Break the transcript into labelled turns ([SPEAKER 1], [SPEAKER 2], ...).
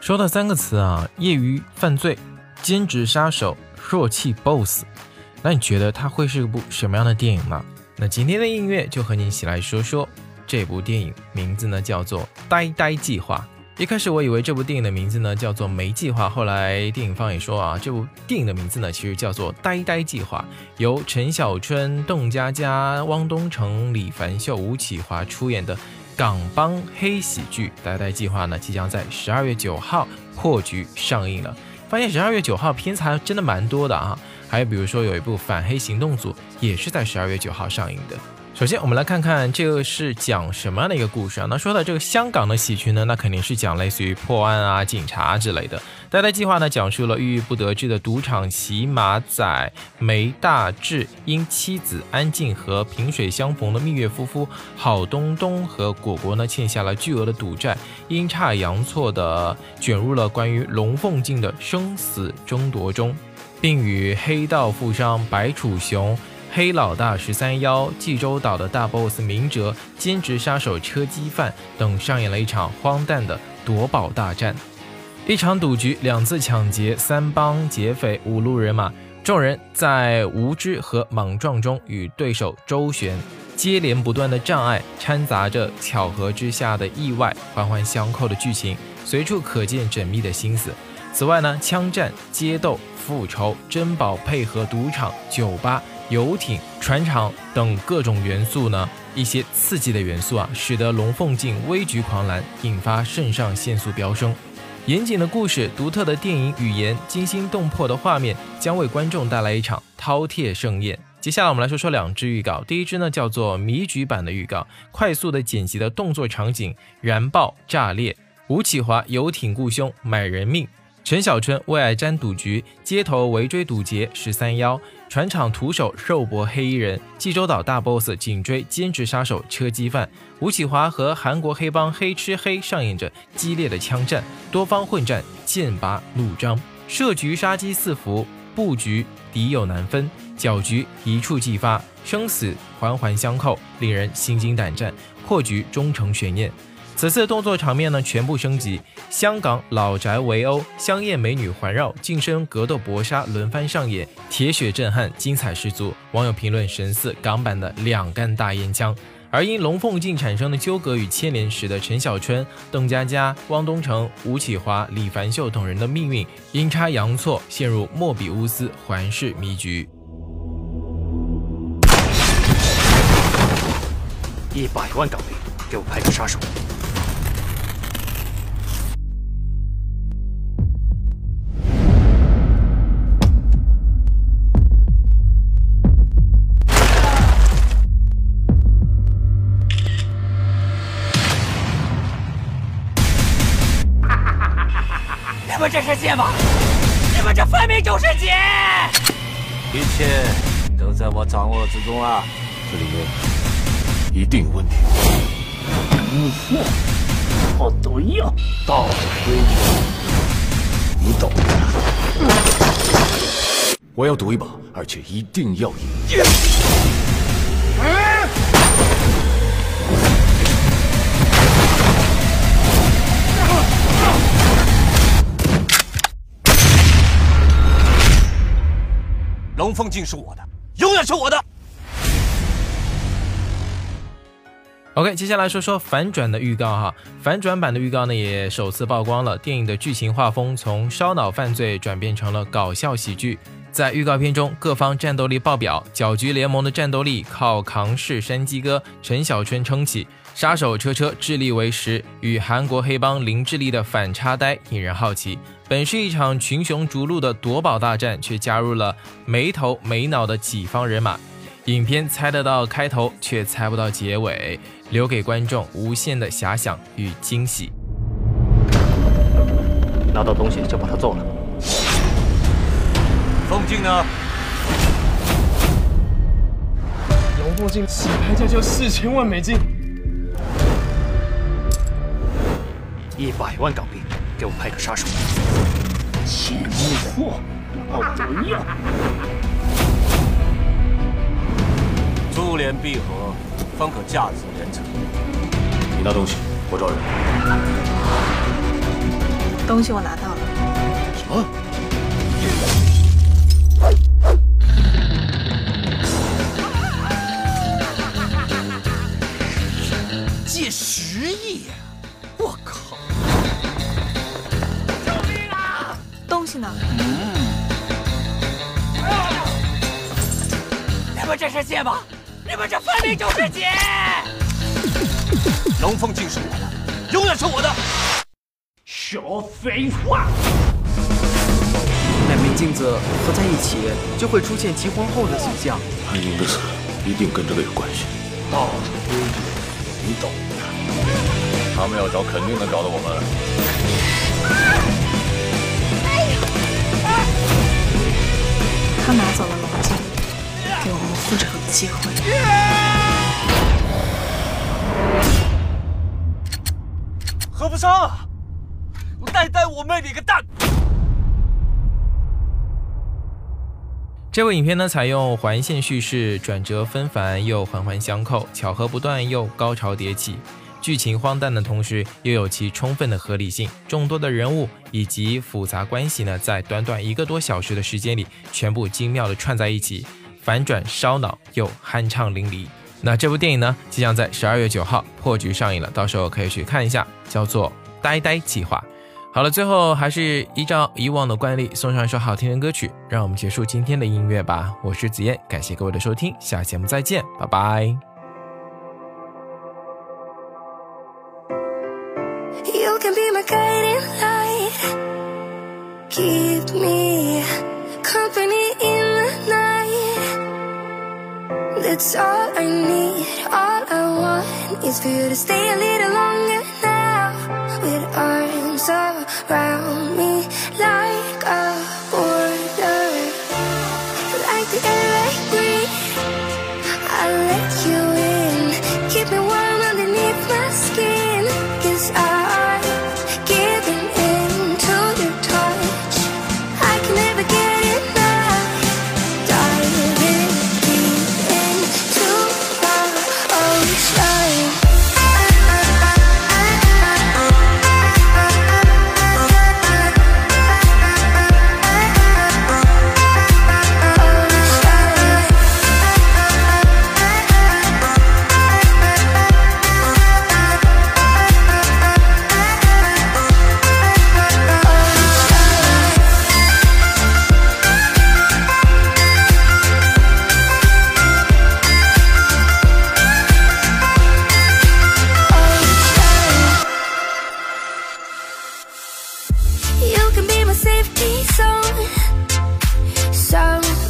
[SPEAKER 1] 说到3个词啊，业余犯罪、兼职杀手、弱气 BOSS， 那你觉得它会是一部什么样的电影呢？那今天的音乐就和你一起来说说这部电影，名字呢叫做《呆呆计划》。一开始我以为这部电影的名字呢叫做《没计划》，后来电影方也说啊，这部电影的名字呢其实叫做《呆呆计划》，由陈小春、邓家佳、汪东城、李凡秀、吴启华出演的港帮黑喜剧《呆呆计划》呢，即将在12月9号破局上映了。发现12月9号片子还真的蛮多的啊，还有比如说有一部反黑行动组也是在12月9号上映的。首先我们来看看这个是讲什么样的一个故事啊？那说到这个香港的喜剧呢，那肯定是讲类似于破案啊、警察之类的。呆呆计划呢，讲述了郁郁不得志的赌场骑马仔梅大志因妻子安静和萍水相逢的蜜月夫妇郝东东和果果呢欠下了巨额的赌债，阴差阳错的卷入了关于龙凤镜的生死争夺中，并与黑道富商白楚雄、黑老大13幺、济州岛的大 boss 明哲、兼职杀手车鸡饭等上演了一场荒诞的夺宝大战。一场赌局，2次抢劫，3帮劫匪，5路人马，众人在无知和莽撞中与对手周旋，接连不断的障碍掺杂着巧合之下的意外，环环相扣的剧情，随处可见缜密的心思。此外呢，枪战、街斗、复仇、珍宝配合赌场、酒吧、游艇、船厂等各种元素呢，一些刺激的元素啊，使得龙凤镜危局狂澜，引发肾上腺素飙升。严谨的故事、独特的电影语言、惊心动魄的画面，将为观众带来一场饕餮盛宴。接下来我们来说说2支预告。第一支呢叫做迷局版的预告，快速的剪辑的动作场景，燃爆炸裂，吴启华游艇雇凶买人命，陈小春为爱沾赌局，街头围追堵截13幺，船厂徒手肉搏黑衣人，济州岛大 boss 紧追兼职杀手车鸡饭，吴启华和韩国黑帮黑吃黑上演着激烈的枪战，多方混战，剑拔弩张，设局杀机四伏，布局敌友难分，搅局一触即发，生死环环相扣，令人心惊胆战，破局终成悬念。此次动作场面呢全部升级，香港老宅围殴，香艳美女环绕，近身格斗搏杀轮番上演，铁血震撼，精彩十足。网友评论神似港版的2杆大烟枪。而因龙凤镜产生的纠葛与牵连，使得陈小春、邓家佳、汪东城、吴启华、李凡秀等人的命运阴差阳错，陷入莫比乌斯环式迷局。
[SPEAKER 2] 100万港币，给我派个杀手。
[SPEAKER 3] 你们这是戏吗？你们这分明就是劫！
[SPEAKER 2] 一切都在我掌握之中啊！这里面一定有问题。
[SPEAKER 4] 好毒呀！
[SPEAKER 2] 道的规矩，你懂的。我要赌一把，而且一定要赢。龙凤镜是我的，永远是我的。
[SPEAKER 1] OK， 接下来说说反转的预告哈。反转版的预告呢也首次曝光了，电影的剧情画风从烧脑犯罪转变成了搞笑喜剧。在预告片中，各方战斗力爆表，搅局联盟的战斗力靠扛式山鸡哥陈小春撑起，杀手车车智力为10，与韩国黑帮林志丽的反差呆引人好奇。本是一场群雄逐鹿的夺宝大战，却加入了没头没脑的己方人马。影片猜得到开头，却猜不到结尾，留给观众无限的遐想与惊喜。
[SPEAKER 2] 拿到东西就把他揍了。凤镜呢？
[SPEAKER 4] 龙凤镜起拍价就4000万美金
[SPEAKER 2] ，100万港币，给我派个杀手。
[SPEAKER 4] 钱不货，好毒呀！
[SPEAKER 2] 珠联璧合，方可价值连城。你拿东西，我找人。
[SPEAKER 5] 东西我拿到了。
[SPEAKER 4] 什么？
[SPEAKER 2] 借10亿！我靠！
[SPEAKER 3] 救命啊！
[SPEAKER 5] 东西呢？
[SPEAKER 3] 你们这是借吗？你们这分明就是劫！
[SPEAKER 2] 龙凤镜是我的，永远是我的。
[SPEAKER 4] 小废话！
[SPEAKER 6] 两枚镜子合在一起，就会出现齐皇后的形象。
[SPEAKER 7] 安宁的死一定跟这个有关系。
[SPEAKER 4] 大规矩，你懂的。
[SPEAKER 2] 他们要找，肯定能找到我们。
[SPEAKER 5] 他拿走了龙镜，给我们复仇的机会。
[SPEAKER 2] 合不上，带我妹你个蛋！
[SPEAKER 1] 这部影片呢，采用环线叙事，转折纷繁又环环相扣，巧合不断又高潮迭起，剧情荒诞的同时又有其充分的合理性，众多的人物以及复杂关系呢，在短短1个多小时的时间里，全部精妙的串在一起，反转烧脑又酣畅淋漓。那这部电影呢，即将在12月9号破局上映了，到时候可以去看一下，叫做《呆呆计划》。好了，最后还是依照以往的惯例，送上一首好听的歌曲，让我们结束今天的音乐吧。我是子燕，感谢各位的收听，下期节目再见，拜拜。
[SPEAKER 8] You can be my guiding light, keep me company in the night. That's all I need, all I want is for you to stay a little longer now. With arms around me like a border, like the air I breathe, I'll let you in, keep me warm underneath my skin, 'cause I'm giving in to your touch, I can never get enough, diving deep into the ocean. You can be my safety zone, so